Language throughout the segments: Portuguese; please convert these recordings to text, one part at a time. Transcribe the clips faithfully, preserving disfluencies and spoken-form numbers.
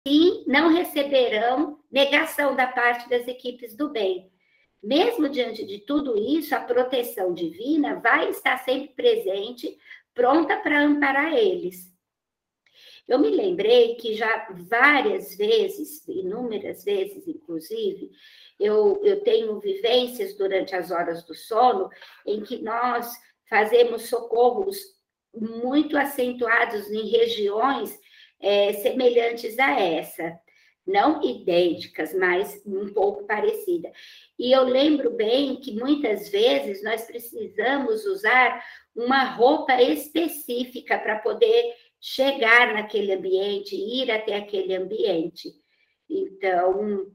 sim, não receberão negação da parte das equipes do bem. Mesmo diante de tudo isso, a proteção divina vai estar sempre presente, pronta para amparar eles. Eu me lembrei que já várias vezes, inúmeras vezes, inclusive, eu, eu tenho vivências durante as horas do sono em que nós fazemos socorros muito acentuados em regiões é, semelhantes a essa. Não idênticas, mas um pouco parecida. E eu lembro bem que muitas vezes nós precisamos usar uma roupa específica para poder chegar naquele ambiente, ir até aquele ambiente. Então,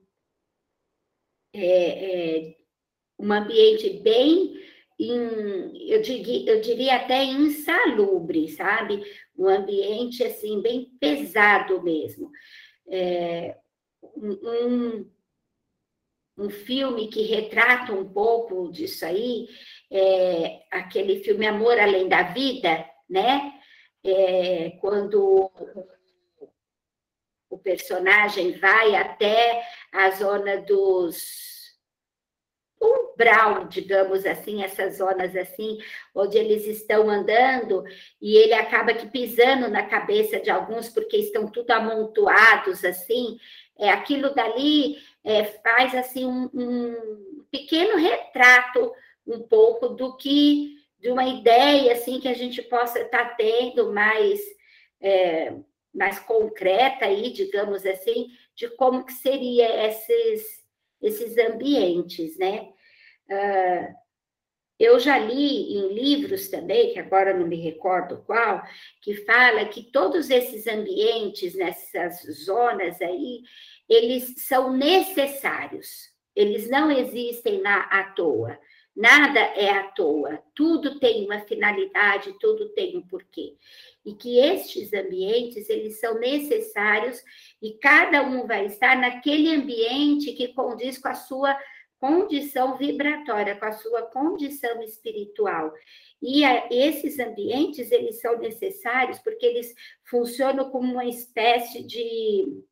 é, é um ambiente bem, in, eu, diria, eu diria até insalubre, sabe? Um ambiente, assim, bem pesado mesmo. É, um, um filme que retrata um pouco disso aí, é aquele filme Amor Além da Vida, né? É, quando o personagem vai até a zona dos umbral, digamos assim, essas zonas assim, onde eles estão andando e ele acaba que pisando na cabeça de alguns porque estão tudo amontoados assim, é, aquilo dali é, faz assim um, um pequeno retrato um pouco do que de uma ideia assim que a gente possa estar tendo mais é, mais concreta aí, digamos assim, de como que seria esses esses ambientes, né? Uh, eu já li em livros também, que agora não me recordo qual, que fala que todos esses ambientes, nessas zonas aí, eles são necessários, eles não existem na, à toa. Nada é à toa, tudo tem uma finalidade, tudo tem um porquê. E que estes ambientes, eles são necessários e cada um vai estar naquele ambiente que condiz com a sua condição vibratória, com a sua condição espiritual. E a, esses ambientes, eles são necessários porque eles funcionam como uma espécie de...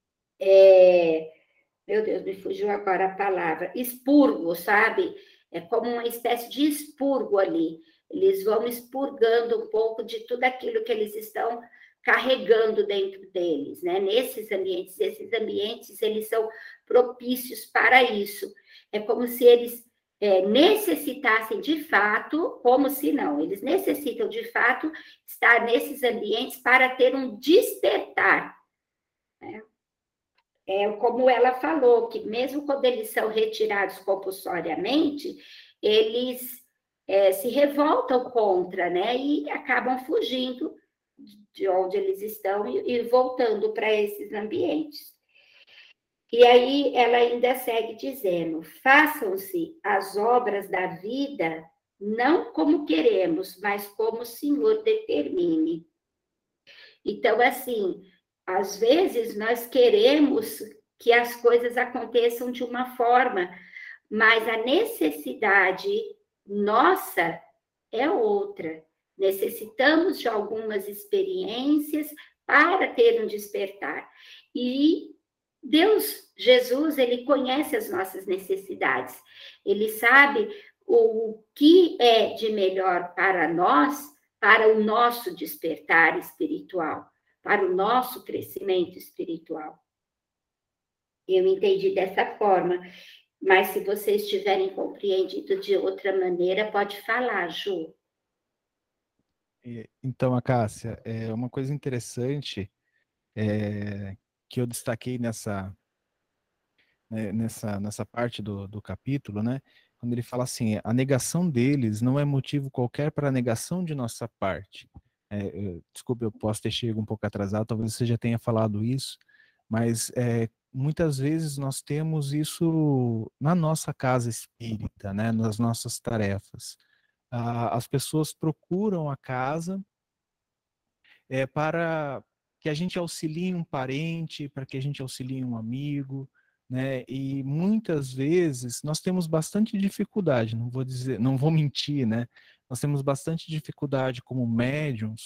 É, meu Deus, me fugiu agora a palavra, expurgo, sabe? É como uma espécie de expurgo ali. Eles vão expurgando um pouco de tudo aquilo que eles estão carregando dentro deles, né? Nesses ambientes, esses ambientes, eles são propícios para isso. É como se eles é, necessitassem de fato, como se não, eles necessitam de fato estar nesses ambientes para ter um despertar, né? É, como ela falou, que mesmo quando eles são retirados compulsoriamente, eles é, se revoltam contra, né? E acabam fugindo de onde eles estão e, e voltando para esses ambientes. E aí ela ainda segue dizendo: façam-se as obras da vida não como queremos, mas como o Senhor determine. Então, assim, às vezes nós queremos que as coisas aconteçam de uma forma, mas a necessidade nossa é outra. Necessitamos de algumas experiências para ter um despertar. E Deus, Jesus, ele conhece as nossas necessidades. Ele sabe o que é de melhor para nós, para o nosso despertar espiritual, para o nosso crescimento espiritual. Eu entendi dessa forma, mas se vocês tiverem compreendido de outra maneira, pode falar, Ju. Então, Acácia, é uma coisa interessante é, que eu destaquei nessa, né, nessa, nessa parte do, do capítulo, né? Quando ele fala assim, a negação deles não é motivo qualquer para a negação de nossa parte. É, eu, desculpe, eu posso ter chegado um pouco atrasado, talvez você já tenha falado isso, mas é, muitas vezes nós temos isso na nossa casa espírita, né? Nas nossas tarefas. Ah, as pessoas procuram a casa é, para que a gente auxilie um parente, para que a gente auxilie um amigo, né? E muitas vezes nós temos bastante dificuldade, não vou dizer, não vou mentir, né? Nós temos bastante dificuldade como médiums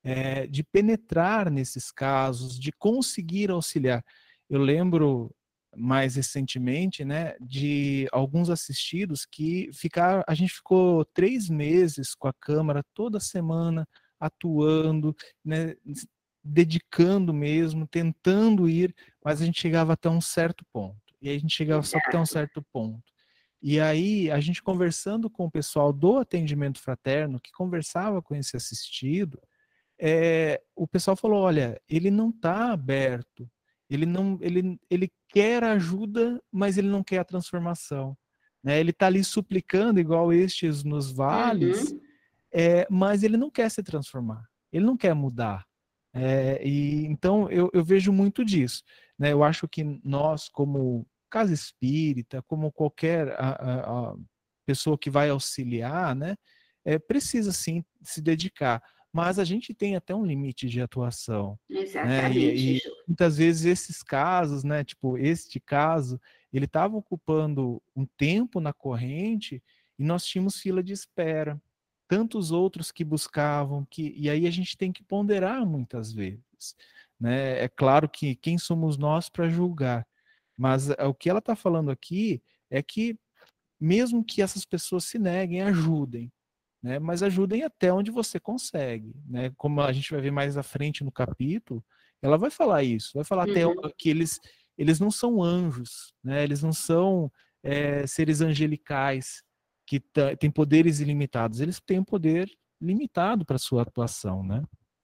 é, de penetrar nesses casos, de conseguir auxiliar. Eu lembro mais recentemente, né, de alguns assistidos que ficaram, a gente ficou três meses com a Câmara toda semana atuando, né, dedicando mesmo, tentando ir, mas a gente chegava até um certo ponto. E aí a gente chegava só até um certo ponto. E aí a gente conversando com o pessoal do atendimento fraterno, que conversava com esse assistido, é, o pessoal falou, olha, ele não está aberto, ele não, ele, ele quer ajuda, mas ele não quer a transformação, né? Ele está ali suplicando igual estes nos vales, Uhum. é, mas ele não quer se transformar, ele não quer mudar. É, e então eu, eu vejo muito disso, né? Eu acho que nós, como casa espírita, como qualquer a, a, a pessoa que vai auxiliar, né, é, precisa sim se dedicar, mas a gente tem até um limite de atuação, né? Exatamente, E, e Ju. muitas vezes esses casos, né, tipo este caso, ele estava ocupando um tempo na corrente e nós tínhamos fila de espera, tantos outros que buscavam, que e aí a gente tem que ponderar muitas vezes, né? É claro que quem somos nós para julgar, mas o que ela está falando aqui é que mesmo que essas pessoas se neguem, ajudem, né? Mas ajudem até onde você consegue, né? Como a gente vai ver mais à frente no capítulo, ela vai falar isso, vai falar até Uhum. que eles eles não são anjos, né? Eles não são é, seres angelicais que têm poderes ilimitados, eles têm um poder limitado para sua atuação, né?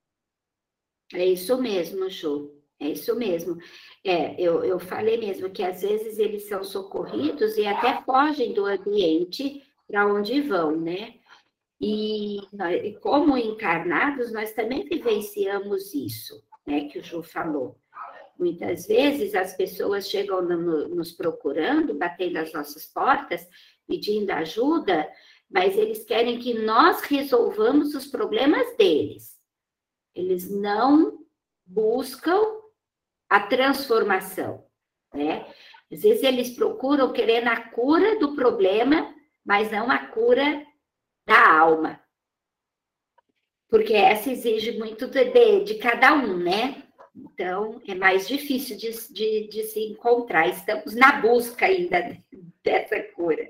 É isso mesmo, Ju. É isso mesmo. É, eu, eu falei mesmo que às vezes eles são socorridos e até fogem do ambiente para onde vão, né? E, nós, e como encarnados, nós também vivenciamos isso, né, que o Ju falou. Muitas vezes as pessoas chegam no, nos procurando, batendo as nossas portas, pedindo ajuda, mas eles querem que nós resolvamos os problemas deles. Eles não buscam a transformação, né? Às vezes eles procuram querendo a cura do problema, mas não a cura da alma. Porque essa exige muito de, de cada um, né? Então, é mais difícil de, de, de se encontrar. Estamos na busca ainda dessa cura.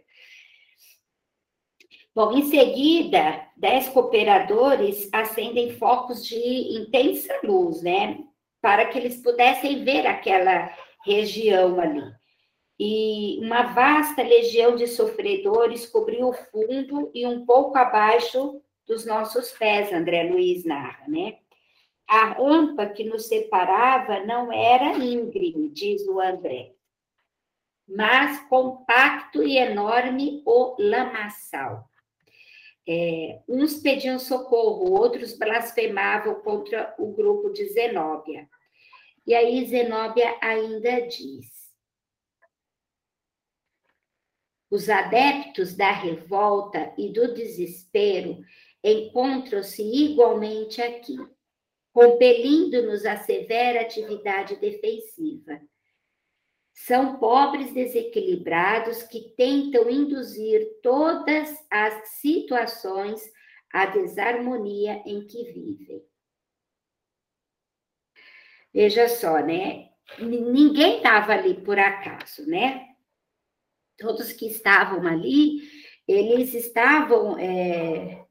Bom, em seguida, dez cooperadores acendem focos de intensa luz, né? Para que eles pudessem ver aquela região ali. E uma vasta legião de sofredores cobriu o fundo e um pouco abaixo dos nossos pés, André Luiz narra, né? A rampa que nos separava não era íngreme, diz o André, mas compacto e enorme o lamaçal. É, uns pediam socorro, outros blasfemavam contra o grupo de Zenóbia. E aí Zenóbia ainda diz: os adeptos da revolta e do desespero encontram-se igualmente aqui, compelindo-nos à severa atividade defensiva. São pobres desequilibrados que tentam induzir todas as situações à desarmonia em que vivem. Veja só, né? Ninguém estava ali por acaso, né? Todos que estavam ali, eles estavam, é,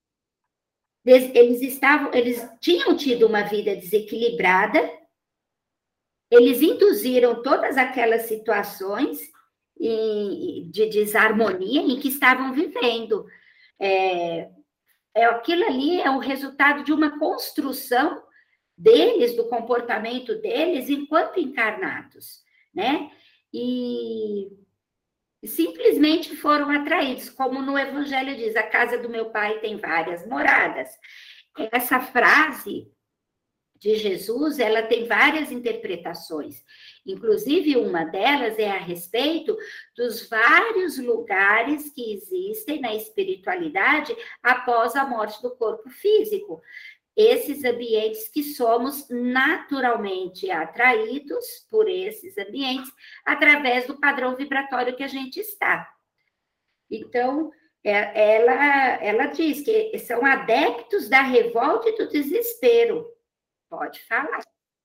eles estavam, eles tinham tido uma vida desequilibrada. Eles induziram todas aquelas situações de desarmonia em que estavam vivendo. É, é, aquilo ali é o resultado de uma construção deles, do comportamento deles, enquanto encarnados, né? E simplesmente foram atraídos, como no Evangelho diz, a casa do meu pai tem várias moradas. Essa frase de Jesus, ela tem várias interpretações. Inclusive, uma delas é a respeito dos vários lugares que existem na espiritualidade após a morte do corpo físico. Esses ambientes que somos naturalmente atraídos por esses ambientes através do padrão vibratório que a gente está. Então, É, ela, ela diz que são adeptos da revolta e do desespero. Pode falar.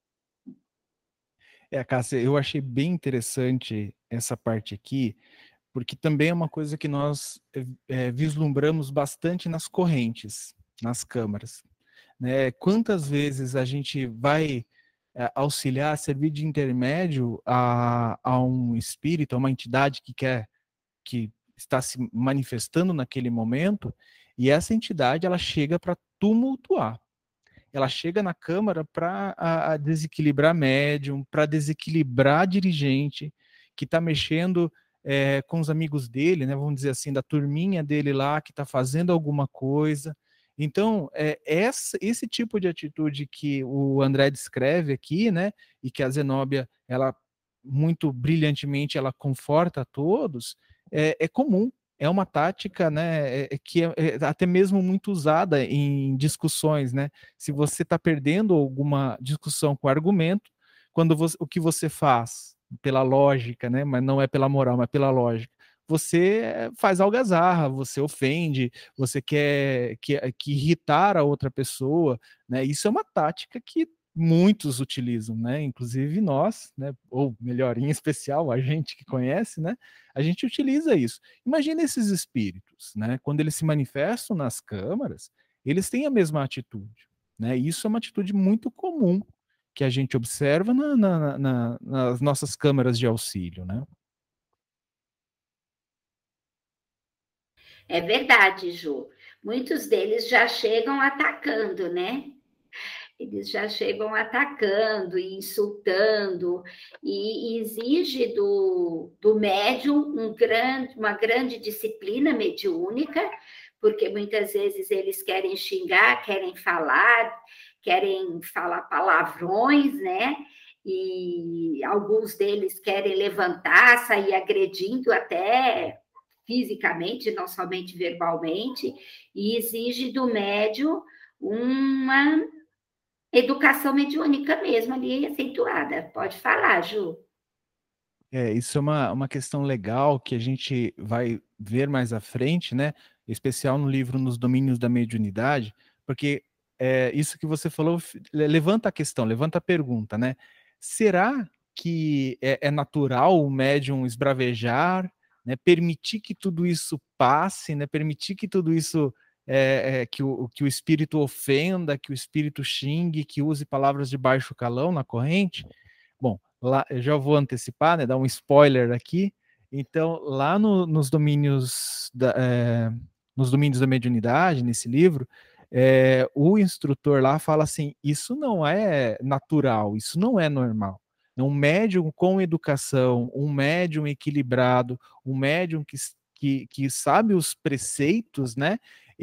É, Cássia, eu achei bem interessante essa parte aqui, porque também é uma coisa que nós é, vislumbramos bastante nas correntes, nas câmaras. Né? Quantas vezes a gente vai é, auxiliar, servir de intermédio a, a um espírito, a uma entidade que quer, que está se manifestando naquele momento, e essa entidade ela chega para tumultuar. Ela chega na Câmara para desequilibrar médium, para desequilibrar dirigente, que está mexendo é, com os amigos dele, né, vamos dizer assim, da turminha dele lá, que está fazendo alguma coisa. Então, é, essa, esse tipo de atitude que o André descreve aqui, né, e que a Zenóbia, ela muito brilhantemente, ela conforta a todos, é, é comum. É uma tática, né, é, que é, é até mesmo muito usada em discussões, né? Se você está perdendo alguma discussão com argumento, quando você, o que você faz pela lógica, né? Mas não é pela moral, mas pela lógica. Você faz algazarra, você ofende, você quer que, que irritar a outra pessoa, né? Isso é uma tática que muitos utilizam, né? Inclusive nós, né? Ou melhor, em especial a gente que conhece, né? A gente utiliza isso. Imagina esses espíritos, né? Quando eles se manifestam nas câmaras, eles têm a mesma atitude, né? Isso é uma atitude muito comum que a gente observa na, na, na, nas nossas câmaras de auxílio, né? É verdade, Ju. Muitos deles já chegam atacando, né? Eles já chegam atacando e insultando, e, e exige do, do médium um grande, uma grande disciplina mediúnica, porque muitas vezes eles querem xingar, querem falar, querem falar palavrões, né? E alguns deles querem levantar, sair agredindo até fisicamente, não somente verbalmente, e exige do médium uma educação mediúnica mesmo ali, acentuada. Pode falar, Ju. É, isso é uma, uma questão legal que a gente vai ver mais à frente, né? Em especial no livro Nos Domínios da Mediunidade, porque é, isso que você falou levanta a questão, levanta a pergunta, né? Será que é, é natural o médium esbravejar, né? Permitir que tudo isso passe, né? Permitir que tudo isso é, é, que, o, que o espírito ofenda, que o espírito xingue, que use palavras de baixo calão na corrente? Bom, lá, eu já vou antecipar, né, dar um spoiler aqui. Então, lá no, nos domínios da, é, nos domínios da mediunidade, nesse livro, é, o instrutor lá fala assim: isso não é natural, isso não é normal. Um médium com educação, um médium equilibrado, um médium que, que, que sabe os preceitos, né?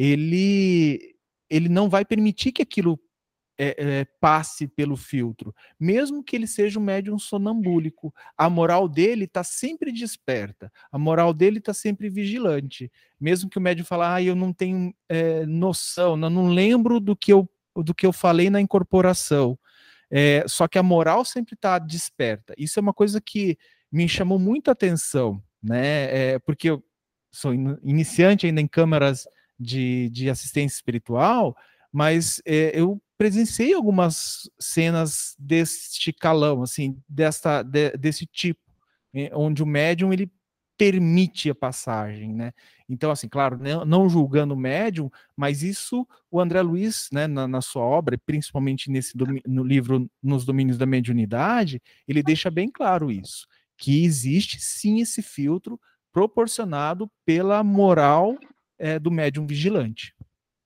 Ele, ele não vai permitir que aquilo é, é, passe pelo filtro, mesmo que ele seja um médium sonambúlico. A moral dele está sempre desperta, a moral dele está sempre vigilante. Mesmo que o médium fale, ah, eu não tenho é, noção, não, não lembro do que, eu, do que eu falei na incorporação. É, só que a moral sempre está desperta. Isso é uma coisa que me chamou muita atenção, né? É, porque eu sou in, iniciante ainda em câmaras de, de assistência espiritual, mas é, eu presenciei algumas cenas deste calão, assim, desta, de, desse tipo, onde o médium ele permite a passagem, né? Então, assim, claro, não, não julgando o médium, mas isso o André Luiz, né, na, na sua obra, principalmente nesse no livro Nos Domínios da Mediunidade, ele deixa bem claro isso, que existe sim esse filtro proporcionado pela moral é, do médium vigilante.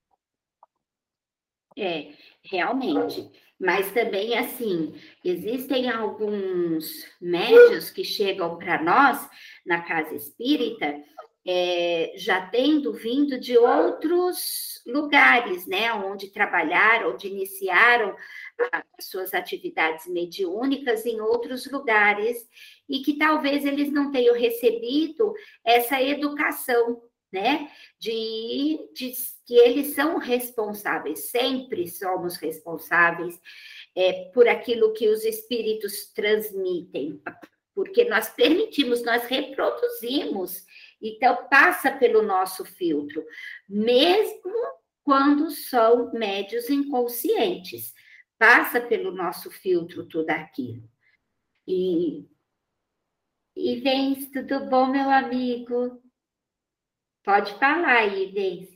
É, realmente. Mas também, assim, existem alguns médios que chegam para nós na casa espírita, é, já tendo vindo de outros lugares, né, onde trabalharam, onde iniciaram as suas atividades mediúnicas em outros lugares, e que talvez eles não tenham recebido essa educação, né? De, de que eles são responsáveis, sempre somos responsáveis é, por aquilo que os espíritos transmitem, porque nós permitimos, nós reproduzimos Então, passa pelo nosso filtro, mesmo quando são médios inconscientes, passa pelo nosso filtro tudo aquilo. E, e Ivens, tudo bom, meu amigo? Pode falar, Ivens.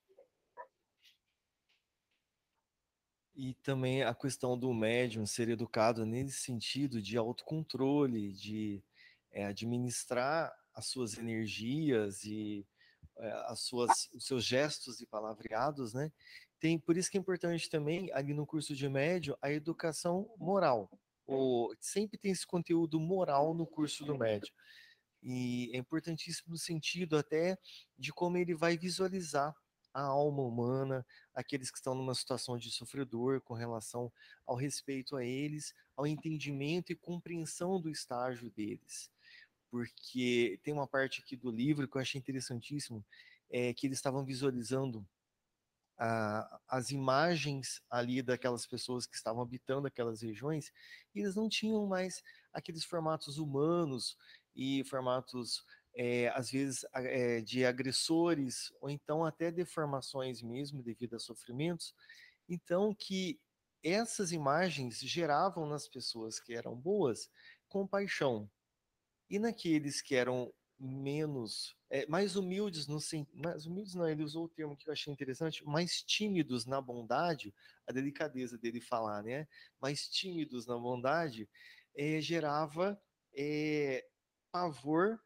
E também a questão do médium ser educado nesse sentido de autocontrole, de é, administrar as suas energias e é, as suas, os seus gestos e palavreados, né? Tem, por isso que é importante também, ali no curso de médium, a educação moral. O, sempre tem esse conteúdo moral no curso do médium. E é importantíssimo no sentido até de como ele vai visualizar a alma humana, aqueles que estão numa situação de sofredor com relação ao respeito a eles, ao entendimento e compreensão do estágio deles. Porque tem uma parte aqui do livro que eu achei interessantíssimo, é que eles estavam visualizando a, as imagens ali daquelas pessoas que estavam habitando aquelas regiões, e eles não tinham mais aqueles formatos humanos e formatos, é, às vezes, é, de agressores, ou então até deformações mesmo devido a sofrimentos. Então, que essas imagens geravam nas pessoas que eram boas compaixão, e naqueles que eram menos, é, mais humildes, no, mais humildes não, ele usou o termo que eu achei interessante, mais tímidos na bondade, a delicadeza dele falar, né? Mais tímidos na bondade, é, gerava é, pavor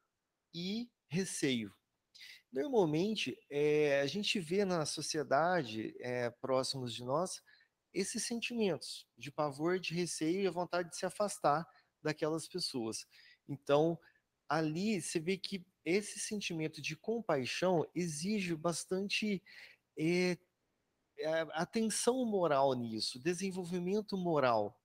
e receio. Normalmente, é, a gente vê na sociedade, é, próximos de nós, esses sentimentos de pavor, de receio e a vontade de se afastar daquelas pessoas. Então, ali você vê que esse sentimento de compaixão exige bastante é, é, atenção moral nisso, desenvolvimento moral.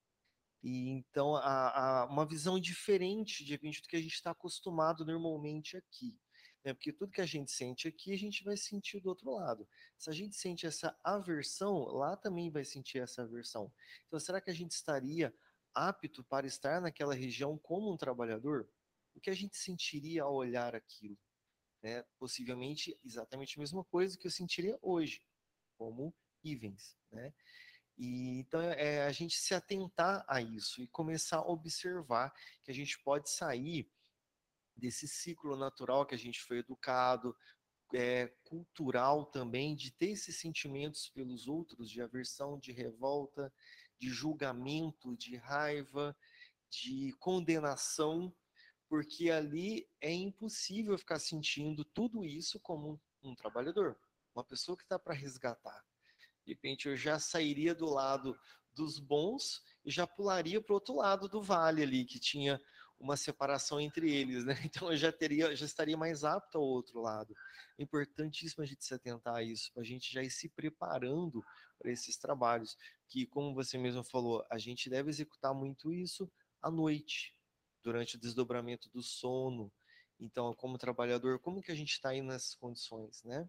E então, a, a, uma visão diferente de repente do que a gente está acostumado normalmente aqui. Né? Porque tudo que a gente sente aqui, a gente vai sentir do outro lado. Se a gente sente essa aversão, lá também vai sentir essa aversão. Então, será que a gente estaria apto para estar naquela região como um trabalhador? O que a gente sentiria ao olhar aquilo? Né? Possivelmente exatamente a mesma coisa que eu sentiria hoje, como Ivens, né? E, então, é a gente se atentar a isso e começar a observar que a gente pode sair desse ciclo natural que a gente foi educado, é, cultural também, de ter esses sentimentos pelos outros, de aversão, de revolta, de julgamento, de raiva, de condenação, porque ali é impossível ficar sentindo tudo isso como um, um trabalhador, uma pessoa que está para resgatar. De repente eu já sairia do lado dos bons e já pularia para o outro lado do vale ali, que tinha uma separação entre eles, né? Então eu já teria, já estaria mais apto ao outro lado. É importantíssimo a gente se atentar a isso, para a gente já ir se preparando para esses trabalhos, que, como você mesmo falou, a gente deve executar muito isso à noite, durante o desdobramento do sono. Então, como trabalhador, como que a gente está aí nessas condições, né?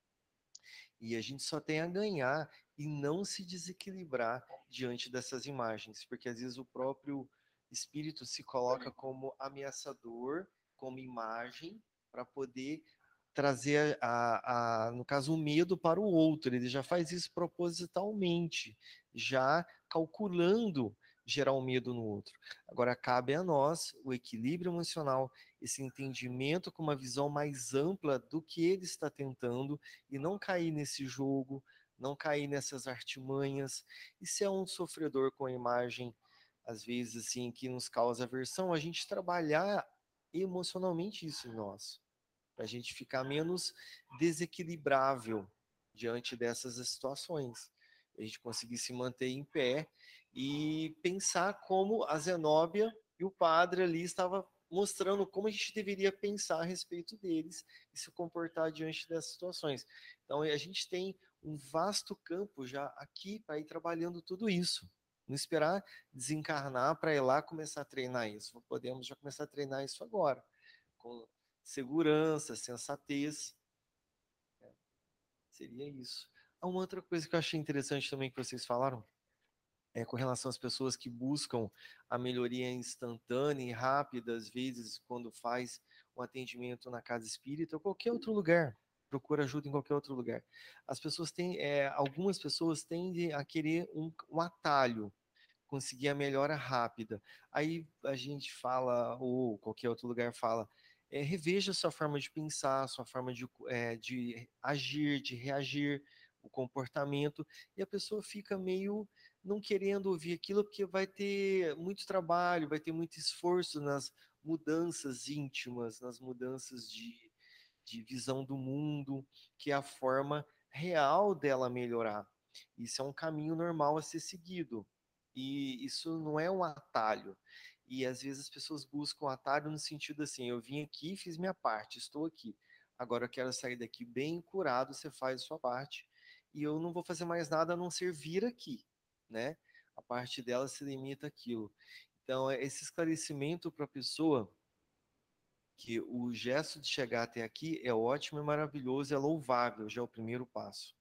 E a gente só tem a ganhar e não se desequilibrar diante dessas imagens, porque às vezes o próprio espírito se coloca como ameaçador, como imagem, para poder trazer, a, a, no caso, o medo para o outro. Ele já faz isso propositalmente, já calculando gerar um medo no outro. Agora, cabe a nós o equilíbrio emocional, esse entendimento com uma visão mais ampla do que ele está tentando e não cair nesse jogo, não cair nessas artimanhas. E se é um sofredor com a imagem, às vezes, assim, que nos causa aversão, a gente trabalhar emocionalmente isso em nós, para a gente ficar menos desequilibrável diante dessas situações. A gente conseguir se manter em pé e pensar como a Zenóbia e o padre ali estavam mostrando como a gente deveria pensar a respeito deles e se comportar diante dessas situações. Então, a gente tem um vasto campo já aqui para ir trabalhando tudo isso. Não esperar desencarnar para ir lá começar a treinar isso. Podemos já começar a treinar isso agora, com segurança, sensatez. Né? Seria isso. Há uma outra coisa que eu achei interessante também que vocês falaram, é com relação às pessoas que buscam a melhoria instantânea e rápida, às vezes, quando faz um atendimento na casa espírita ou qualquer outro lugar. Procura ajuda em qualquer outro lugar. As pessoas têm, é, algumas pessoas tendem a querer um, um atalho, conseguir a melhora rápida. Aí a gente fala, ou qualquer outro lugar fala, é, reveja sua forma de pensar, sua forma de, é, de agir, de reagir, o comportamento, e a pessoa fica meio não querendo ouvir aquilo, porque vai ter muito trabalho, vai ter muito esforço nas mudanças íntimas, nas mudanças de, de visão do mundo, que é a forma real dela melhorar. Isso é um caminho normal a ser seguido. E isso não é um atalho. E às vezes as pessoas buscam atalho no sentido assim, eu vim aqui, fiz minha parte, estou aqui. Agora eu quero sair daqui bem curado, você faz a sua parte, e eu não vou fazer mais nada a não ser vir aqui, né? A parte dela se limita àquilo. Então, esse esclarecimento para a pessoa, que o gesto de chegar até aqui é ótimo, é maravilhoso, é louvável, já é o primeiro passo.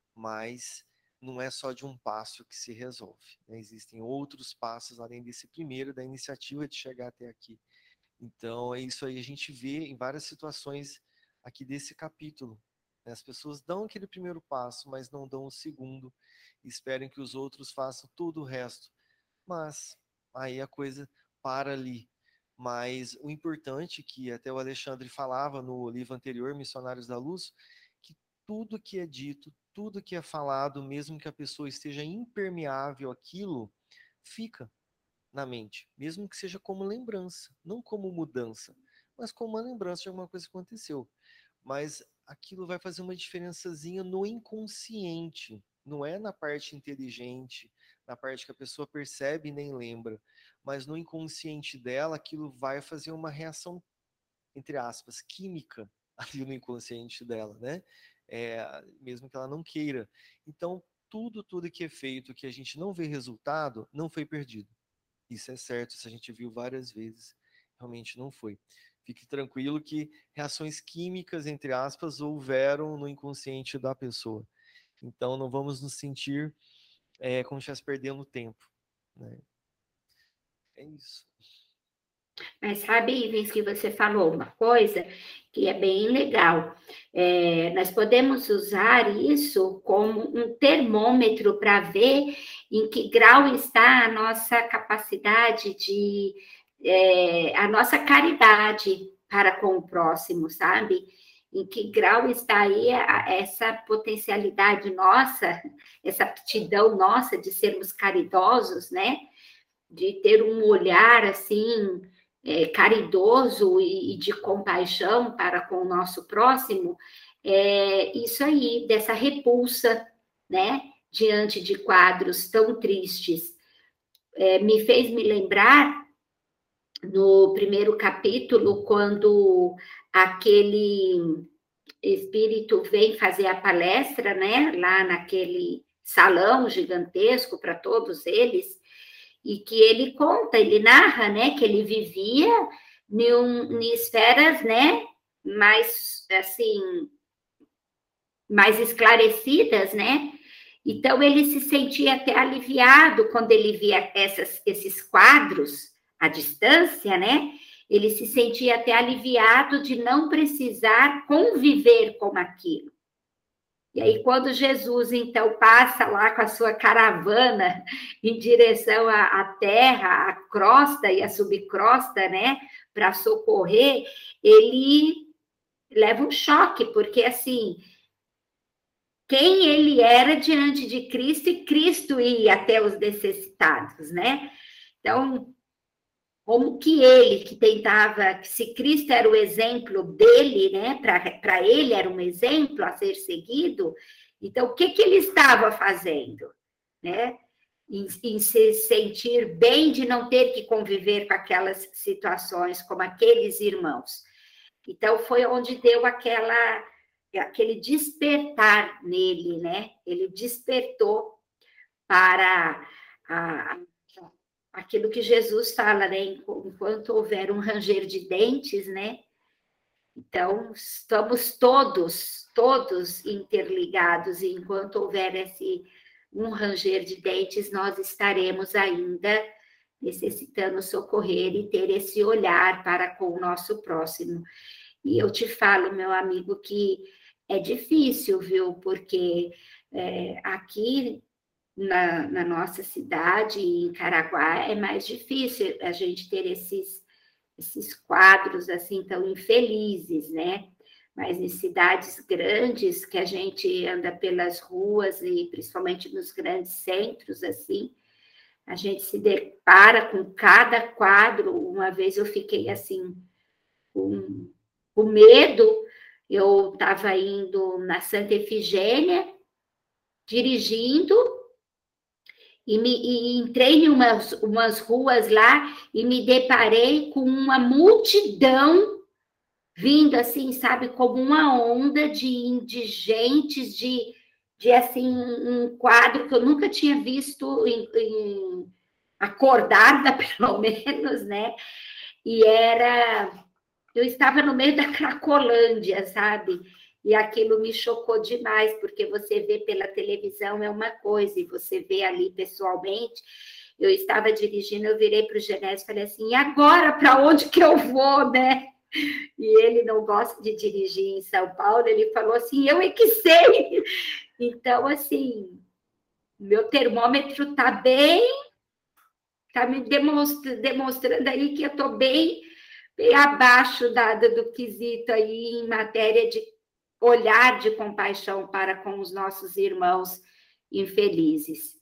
Mas não é só de um passo que se resolve, né? Existem outros passos além desse primeiro, da iniciativa de chegar até aqui. Então, é isso aí, a gente vê em várias situações aqui desse capítulo, né? As pessoas dão aquele primeiro passo, mas não dão o segundo, e esperam que os outros façam todo o resto. Mas aí a coisa para ali. Mas o importante, que até o Alexandre falava no livro anterior, Missionários da Luz, que tudo que é dito, tudo que é falado, mesmo que a pessoa esteja impermeável àquilo, fica na mente, mesmo que seja como lembrança, não como mudança, mas como uma lembrança de alguma coisa que aconteceu. Mas aquilo vai fazer uma diferençazinha no inconsciente, não é na parte inteligente, na parte que a pessoa percebe e nem lembra, mas no inconsciente dela aquilo vai fazer uma reação, entre aspas, química ali no inconsciente dela, né? É, mesmo que ela não queira. Então, tudo, tudo que é feito, que a gente não vê resultado, não foi perdido. Isso é certo, isso a gente viu várias vezes, realmente não foi. Fique tranquilo que reações químicas, entre aspas, houveram no inconsciente da pessoa. Então, não vamos nos sentir é, como se estivesse perdendo tempo, né? É isso. Mas sabe, Ivens, que você falou uma coisa que é bem legal. É, nós podemos usar isso como um termômetro para ver em que grau está a nossa capacidade de, é, a nossa caridade para com o próximo, sabe? Em que grau está aí a, essa potencialidade nossa, essa aptidão nossa de sermos caridosos, né? De ter um olhar assim, é, caridoso e, e de compaixão para com o nosso próximo, é isso aí, dessa repulsa, né, diante de quadros tão tristes. É, me fez me lembrar, no primeiro capítulo, quando aquele espírito vem fazer a palestra, né, lá naquele salão gigantesco para todos eles, e que ele conta, ele narra, né, que ele vivia em, em esferas, né, mais, assim, mais esclarecidas, né, então ele se sentia até aliviado quando ele via essas, esses quadros à distância, né, ele se sentia até aliviado de não precisar conviver com aquilo. E aí, quando Jesus, então, passa lá com a sua caravana em direção à, à terra, à crosta e à subcrosta, né, para socorrer, ele leva um choque, porque, assim, quem ele era diante de Cristo, e Cristo ia até os necessitados, né? Então, como que ele, que tentava, se Cristo era o exemplo dele, né, para ele era um exemplo a ser seguido, então o que, que ele estava fazendo, né, em, em se sentir bem de não ter que conviver com aquelas situações, como aqueles irmãos. Então foi onde deu aquela, aquele despertar nele, né, ele despertou para a, aquilo que Jesus fala, né? Enquanto houver um ranger de dentes, né? Então, estamos todos, todos interligados, e enquanto houver esse um ranger de dentes, nós estaremos ainda necessitando socorrer e ter esse olhar para com o nosso próximo. E eu te falo, meu amigo, que é difícil, viu? Porque é, aqui na, na nossa cidade, em Caraguá, é mais difícil a gente ter esses, esses quadros assim tão infelizes, né? Mas em cidades grandes, que a gente anda pelas ruas, e principalmente nos grandes centros, assim, a gente se depara com cada quadro. Uma vez eu fiquei assim, com, com medo, eu estava indo na Santa Efigênia, dirigindo, e, me, e entrei em umas, umas ruas lá e me deparei com uma multidão vindo assim, sabe, como uma onda de indigentes, de, de assim, um quadro que eu nunca tinha visto em, em, acordada, pelo menos, né? E era... Eu estava no meio da Cracolândia, sabe? E aquilo me chocou demais, porque você vê pela televisão é uma coisa, e você vê ali pessoalmente. Eu estava dirigindo, eu virei para o Genésio e falei assim, e agora para onde que eu vou, né? E ele não gosta de dirigir em São Paulo, ele falou assim, eu é que sei. Então, assim, meu termômetro está bem, está me demonstra, demonstrando aí que eu estou bem, bem abaixo da, do quesito aí em matéria de olhar de compaixão para com os nossos irmãos infelizes.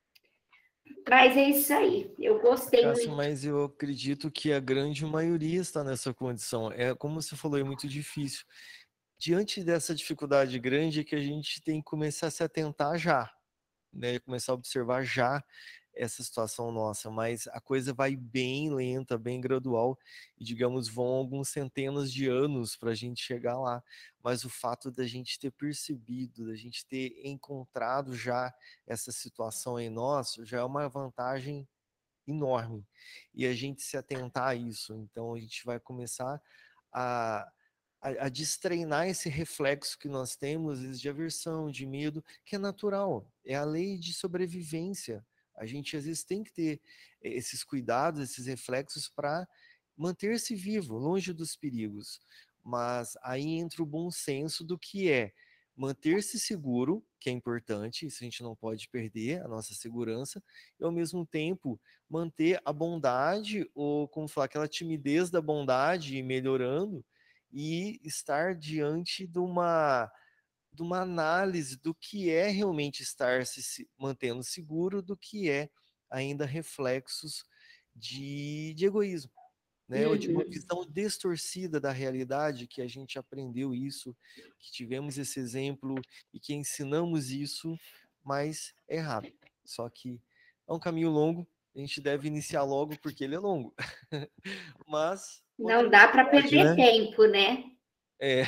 Mas é isso aí, eu gostei Cássia, muito. mas eu acredito que a grande maioria está nessa condição. É como você falou, é muito difícil. Diante dessa dificuldade grande é que a gente tem que começar a se atentar já, né? Começar a observar já essa situação nossa, mas a coisa vai bem lenta, bem gradual, e digamos, vão alguns centenas de anos para a gente chegar lá. Mas o fato da gente ter percebido, da gente ter encontrado já essa situação em nós, já é uma vantagem enorme. E a gente se atentar a isso, então a gente vai começar a A, a destreinar esse reflexo que nós temos, às vezes, de aversão, de medo, que é natural, é a lei de sobrevivência. A gente, às vezes, tem que ter esses cuidados, esses reflexos para manter-se vivo, longe dos perigos. Mas aí entra o bom senso do que é manter-se seguro, que é importante, isso a gente não pode perder, a nossa segurança, e, ao mesmo tempo, manter a bondade, ou, como falar, aquela timidez da bondade e melhorando, e estar diante de uma, de uma análise do que é realmente estar se mantendo seguro, do que é ainda reflexos de, de egoísmo, né? Ou de uma visão distorcida da realidade, que a gente aprendeu isso, que tivemos esse exemplo e que ensinamos isso, mas é errado. Só que é um caminho longo, a gente deve iniciar logo porque ele é longo. Mas Não dá para perder né? tempo, né? É.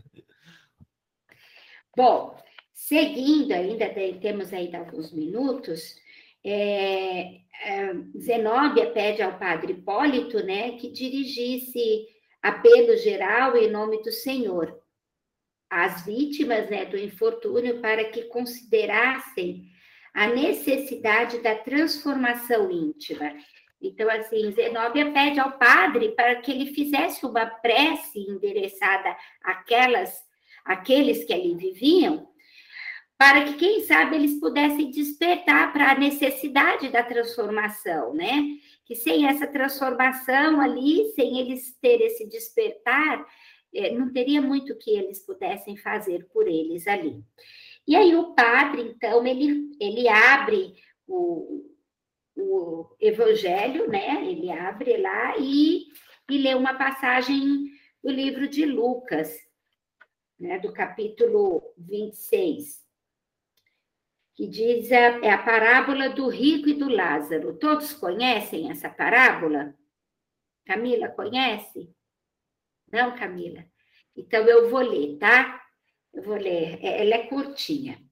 Bom, seguindo ainda, temos ainda alguns minutos, é, é, Zenóbia pede ao padre Hipólito, né, que dirigisse apelo geral em nome do Senhor às vítimas, né, do infortúnio, para que considerassem a necessidade da transformação íntima. Então, assim, Zenóbia pede ao padre para que ele fizesse uma prece endereçada àquelas, àqueles que ali viviam, para que, quem sabe, eles pudessem despertar para a necessidade da transformação, né? Que sem essa transformação ali, sem eles terem esse despertar, não teria muito que eles pudessem fazer por eles ali. E aí o padre, então, ele, ele abre o, o Evangelho, né? Ele abre lá e, e lê uma passagem do livro de Lucas, né? Do capítulo vinte e seis, que diz, a, é a parábola do rico e do Lázaro. Todos conhecem essa parábola? Camila, conhece? Não, Camila? Então, eu vou ler, tá? Eu vou ler, ela é curtinha.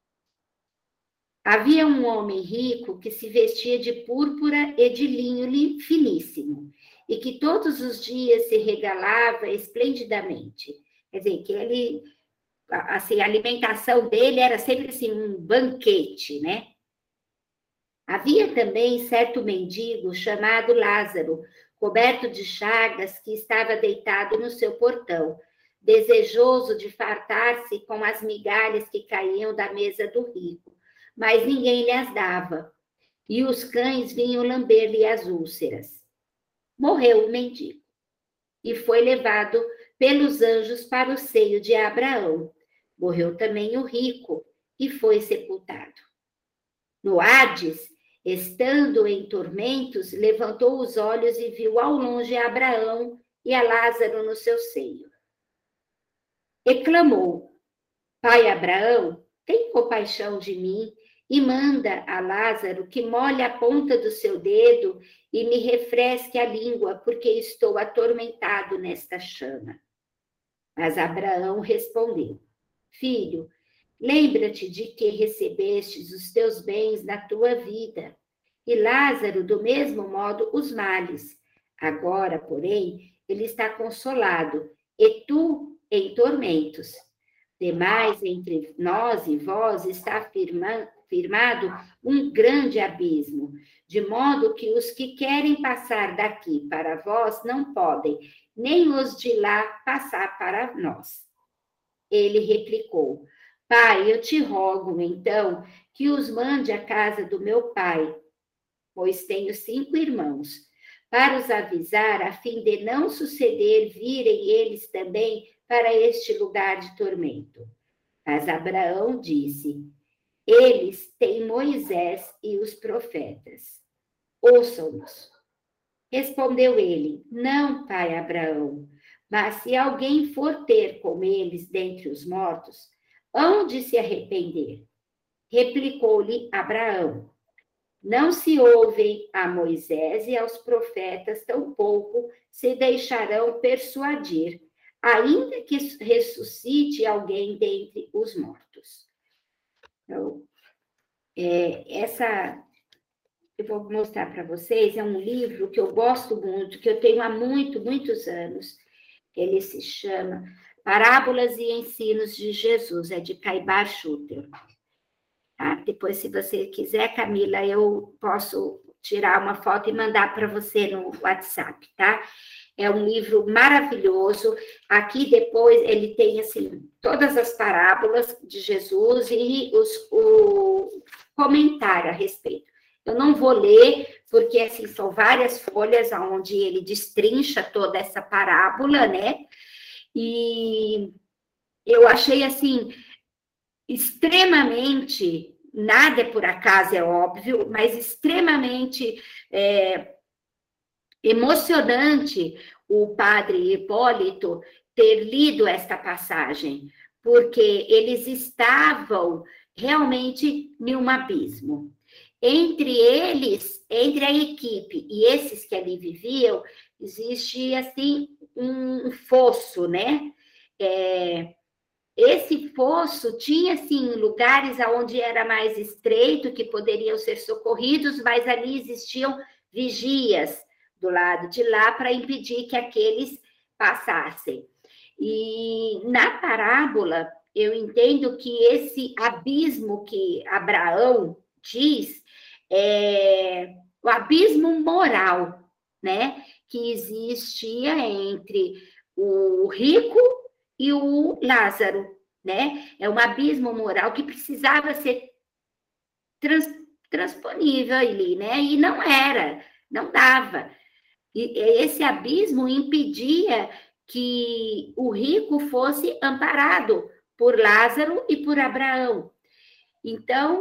Havia um homem rico que se vestia de púrpura e de linho finíssimo, e que todos os dias se regalava esplendidamente. Quer dizer, que ele, assim, a alimentação dele era sempre assim, um banquete, né? Havia também certo mendigo chamado Lázaro, coberto de chagas, que estava deitado no seu portão, desejoso de fartar-se com as migalhas que caíam da mesa do rico, mas ninguém lhe as dava, e os cães vinham lamber-lhe as úlceras. Morreu o mendigo e foi levado pelos anjos para o seio de Abraão. Morreu também o rico e foi sepultado. No Hades, estando em tormentos, levantou os olhos e viu ao longe Abraão e a Lázaro no seu seio. E clamou: Pai Abraão, tem compaixão de mim e manda a Lázaro que molhe a ponta do seu dedo e me refresque a língua, porque estou atormentado nesta chama. Mas Abraão respondeu: Filho, lembra-te de que recebestes os teus bens na tua vida, e Lázaro, do mesmo modo, os males. Agora, porém, ele está consolado, e tu em tormentos. Demais, entre nós e vós está firma, firmado um grande abismo, de modo que os que querem passar daqui para vós não podem, nem os de lá passar para nós. Ele replicou: Pai, eu te rogo, então, que os mande à casa do meu pai, pois tenho cinco irmãos, para os avisar, a fim de não suceder virem eles também para este lugar de tormento. Mas Abraão disse: Eles têm Moisés e os profetas. Ouçam-nos. Respondeu ele: Não, pai Abraão, mas se alguém for ter com eles dentre os mortos, hão de se arrepender. Replicou-lhe Abraão: Não se ouvem a Moisés e aos profetas, tampouco se deixarão persuadir, ainda que ressuscite alguém dentre os mortos. Então, é, essa, eu vou mostrar para vocês, é um livro que eu gosto muito, que eu tenho há muito, muitos anos. Ele se chama Parábolas e Ensinos de Jesus, é de Caibar Schutter. Tá? Depois, se você quiser, Camila, eu posso tirar uma foto e mandar para você no WhatsApp, tá? É um livro maravilhoso. Aqui depois ele tem assim todas as parábolas de Jesus e os, o comentário a respeito. Eu não vou ler, porque assim são várias folhas onde ele destrincha toda essa parábola, né? E eu achei assim extremamente, nada é por acaso, é óbvio, mas extremamente é, emocionante o padre Hipólito ter lido esta passagem, porque eles estavam realmente em um abismo. Entre eles, entre a equipe e esses que ali viviam, existia assim um fosso, né? É, esse fosso tinha, assim, lugares onde era mais estreito, que poderiam ser socorridos, mas ali existiam vigias do lado de lá para impedir que aqueles passassem. E na parábola, eu entendo que esse abismo que Abraão diz é o abismo moral, né? Que existia entre o rico e o Lázaro, né? É um abismo moral que precisava ser trans, transponível ali, né? E não era, não dava. E esse abismo impedia que o rico fosse amparado por Lázaro e por Abraão. Então,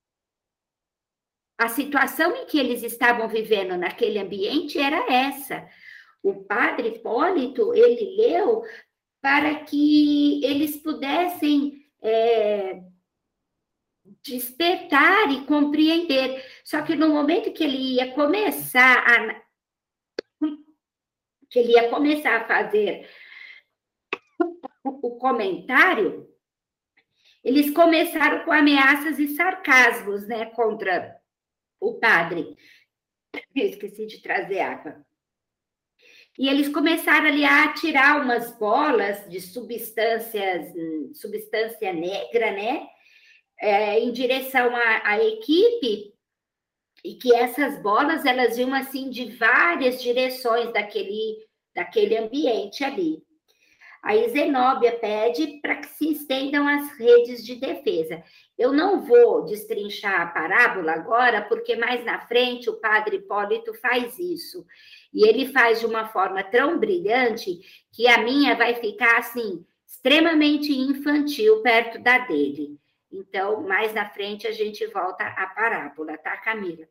a situação em que eles estavam vivendo naquele ambiente era essa. O padre Hipólito, ele leu para que eles pudessem é, despertar e compreender. Só que no momento que ele ia começar a, que ele ia começar a fazer o comentário, eles começaram com ameaças e sarcasmos, né, contra o padre. Eu esqueci de trazer água. E eles começaram ali a atirar umas bolas de substâncias, substância negra, né? É, em direção à, à equipe, e que essas bolas, elas iam assim de várias direções daquele, daquele ambiente ali. Aí Zenóbia pede para que se estendam as redes de defesa. Eu não vou destrinchar a parábola agora, porque mais na frente o padre Hipólito faz isso. E ele faz de uma forma tão brilhante que a minha vai ficar assim, extremamente infantil perto da dele. Então, mais na frente a gente volta à parábola, tá, Camila?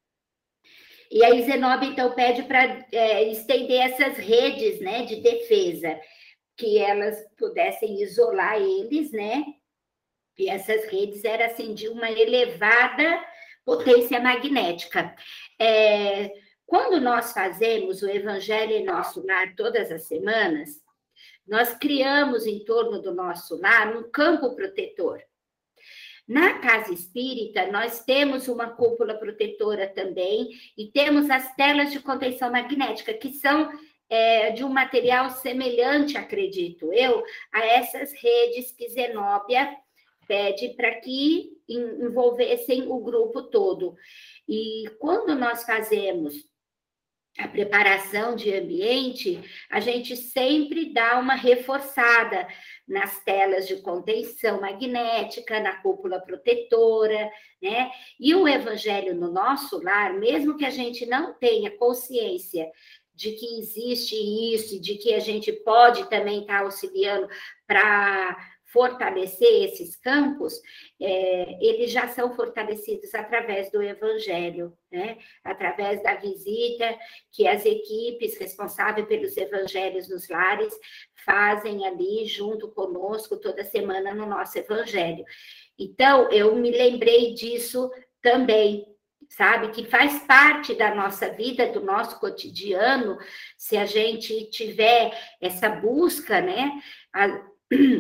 E aí Zenóbia, então, pede para é, estender essas redes, né, de defesa, que elas pudessem isolar eles, né? E essas redes eram, assim, de uma elevada potência magnética. É, quando nós fazemos o Evangelho em Nosso Lar todas as semanas, nós criamos em torno do nosso lar um campo protetor. Na casa espírita, nós temos uma cúpula protetora também e temos as telas de contenção magnética, que são é, de um material semelhante, acredito eu, a essas redes que Zenóbia pede para que envolvessem o grupo todo. E quando nós fazemos a preparação de ambiente, a gente sempre dá uma reforçada nas telas de contenção magnética, na cúpula protetora, né? E o evangelho no nosso lar, mesmo que a gente não tenha consciência de que existe isso, de que a gente pode também estar auxiliando para fortalecer esses campos, é, eles já são fortalecidos através do evangelho, né? Através da visita que as equipes responsáveis pelos evangelhos nos lares fazem ali junto conosco toda semana no nosso evangelho. Então, eu me lembrei disso também, sabe? Que faz parte da nossa vida, do nosso cotidiano, se a gente tiver essa busca, né? A...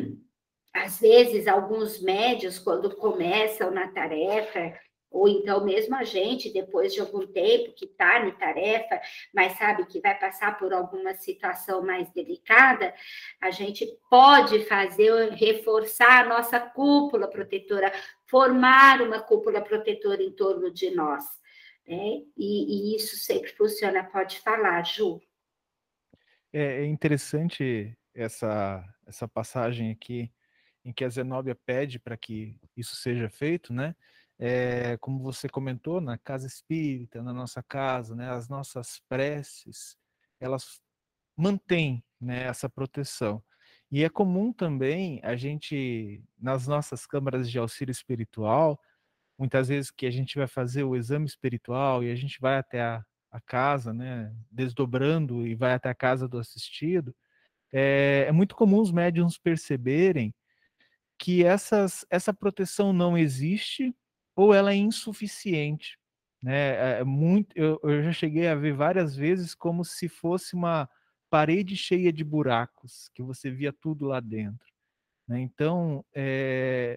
Às vezes, alguns médios, quando começam na tarefa, ou então mesmo a gente, depois de algum tempo que está na tarefa, mas sabe que vai passar por alguma situação mais delicada, a gente pode fazer, reforçar a nossa cúpula protetora, formar uma cúpula protetora em torno de nós, né? E, e isso sempre funciona. Pode falar, Ju. É, é interessante essa, essa passagem aqui, em que a Zenóbia pede para que isso seja feito, né? É, como você comentou, na casa espírita, na nossa casa, né? As nossas preces, elas mantêm, né, essa proteção. E é comum também a gente, nas nossas câmaras de auxílio espiritual, muitas vezes que a gente vai fazer o exame espiritual e a gente vai até a, a casa, né, desdobrando e vai até a casa do assistido, é, é muito comum os médiums perceberem que essas, essa proteção não existe ou ela é insuficiente, né? É muito, eu, eu já cheguei a ver várias vezes como se fosse uma parede cheia de buracos, que você via tudo lá dentro, né? Então, é,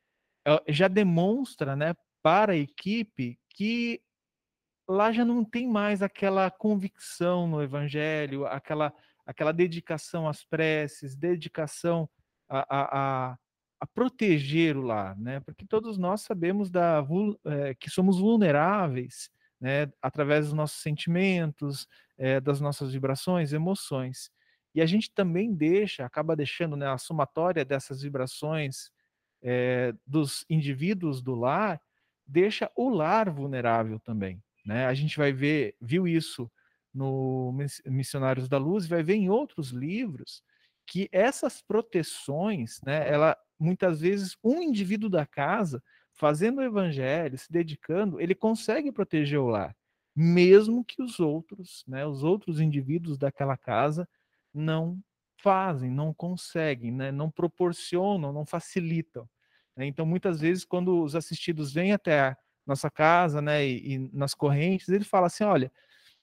já demonstra, né, para a equipe que lá já não tem mais aquela convicção no evangelho, aquela, aquela dedicação às preces, dedicação a, a, a, a proteger o lar, né? Porque todos nós sabemos da, é, que somos vulneráveis, né, através dos nossos sentimentos, é, das nossas vibrações, emoções. E a gente também deixa, acaba deixando, né, a somatória dessas vibrações é, dos indivíduos do lar, deixa o lar vulnerável também. Né? A gente vai ver, viu isso no Missionários da Luz, vai ver em outros livros que essas proteções, né, ela, muitas vezes, um indivíduo da casa, fazendo o evangelho, se dedicando, ele consegue proteger o lar, mesmo que os outros, né, os outros indivíduos daquela casa não fazem, não conseguem, né, não proporcionam, não facilitam. Então, muitas vezes, quando os assistidos vêm até a nossa casa, né, e, e nas correntes, ele fala assim, olha,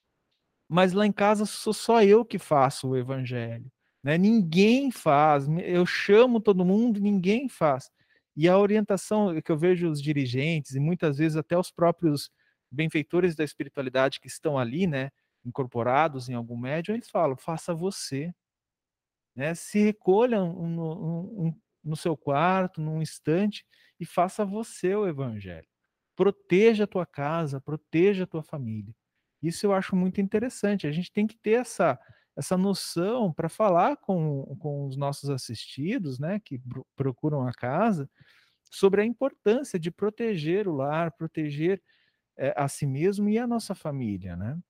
mas lá em casa sou só eu que faço o evangelho, né? Ninguém faz, eu chamo todo mundo, ninguém faz. E a orientação que eu vejo os dirigentes e muitas vezes até os próprios benfeitores da espiritualidade que estão ali, né, incorporados em algum médium, eles falam, faça você, né? Se recolha no, no, no seu quarto, num instante e faça você o evangelho. proteja a tua casa, proteja a tua família. Isso eu acho muito interessante. A gente tem que ter essa, essa noção para falar com, com os nossos assistidos, né, que procuram a casa, sobre a importância de proteger o lar, proteger é, a si mesmo e a nossa família, né?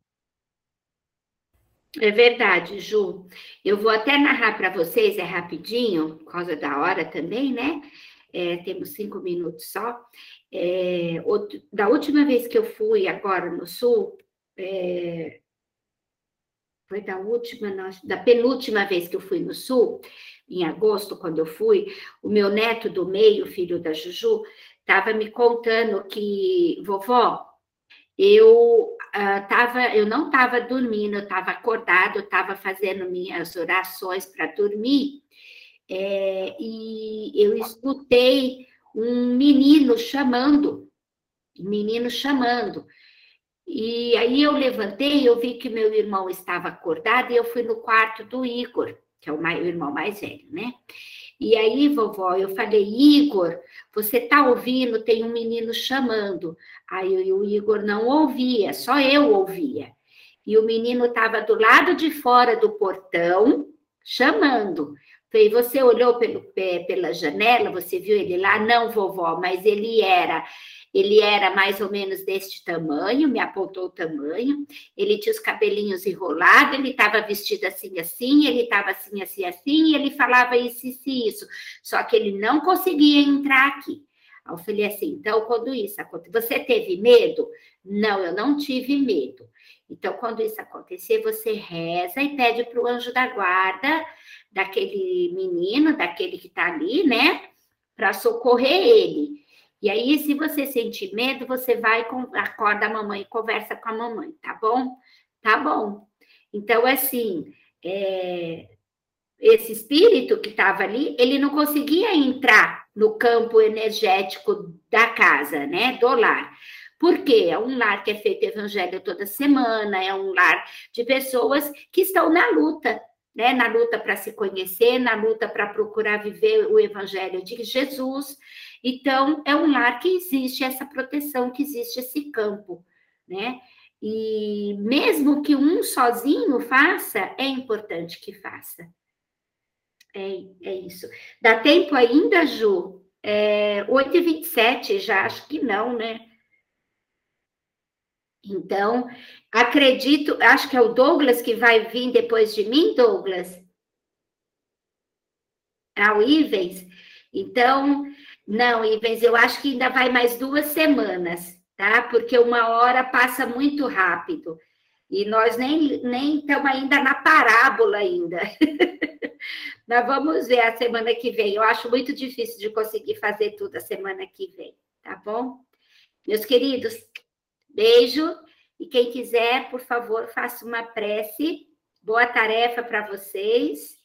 É verdade, Ju. Eu vou até narrar para vocês, é rapidinho, por causa da hora também, né? É, temos cinco minutos só. É, outro, da última vez que eu fui agora no Sul, é, foi da última, não, da penúltima vez que eu fui no Sul, em agosto, quando eu fui, o meu neto do meio, filho da Juju, estava me contando que, vovó, eu uh, tava, eu não estava dormindo, eu estava acordado, eu estava fazendo minhas orações para dormir, é, e eu escutei um menino chamando, um menino chamando. E aí eu levantei, eu vi que meu irmão estava acordado e eu fui no quarto do Igor, que é o, mais, o irmão mais velho, né? E aí, vovó, eu falei, Igor, você tá ouvindo? Tem um menino chamando. Aí o Igor não ouvia, só eu ouvia. E o menino estava do lado de fora do portão, chamando. Falei, você olhou pelo, pela janela, você viu ele lá? Não, vovó, mas ele era... Ele era mais ou menos deste tamanho, me apontou o tamanho. Ele tinha os cabelinhos enrolados, ele estava vestido assim, assim, ele estava assim, assim, assim, e ele falava isso, isso, isso. Só que ele não conseguia entrar aqui. Aí eu falei assim, então, quando isso aconteceu, você teve medo? Não, eu não tive medo. Então, quando isso acontecer, você reza e pede para o anjo da guarda, daquele menino, daquele que está ali, né? Para socorrer ele. E aí, se você sentir medo, você vai, acorda a mamãe e conversa com a mamãe, tá bom? Tá bom. Então, assim, é, esse espírito que estava ali, ele não conseguia entrar no campo energético da casa, né? Do lar. Por quê? É um lar que é feito evangelho toda semana, é um lar de pessoas que estão na luta, né? Na luta para se conhecer, na luta para procurar viver o evangelho de Jesus. Então, é um lar que existe essa proteção, que existe esse campo, né? E mesmo que um sozinho faça, é importante que faça. É, é isso. Dá tempo ainda, Ju? É, oito e vinte e sete, já acho que não, né? Então, acredito, acho que é o Douglas que vai vir depois de mim, Douglas? Ah, o Ivens? Então, não, Ivens, eu acho que ainda vai mais duas semanas, tá? Porque uma hora passa muito rápido. E nós nem, nem estamos ainda na parábola ainda. Nós vamos ver a semana que vem. Eu acho muito difícil de conseguir fazer tudo a semana que vem, tá bom? Meus queridos, beijo. E quem quiser, por favor, faça uma prece. Boa tarefa para vocês.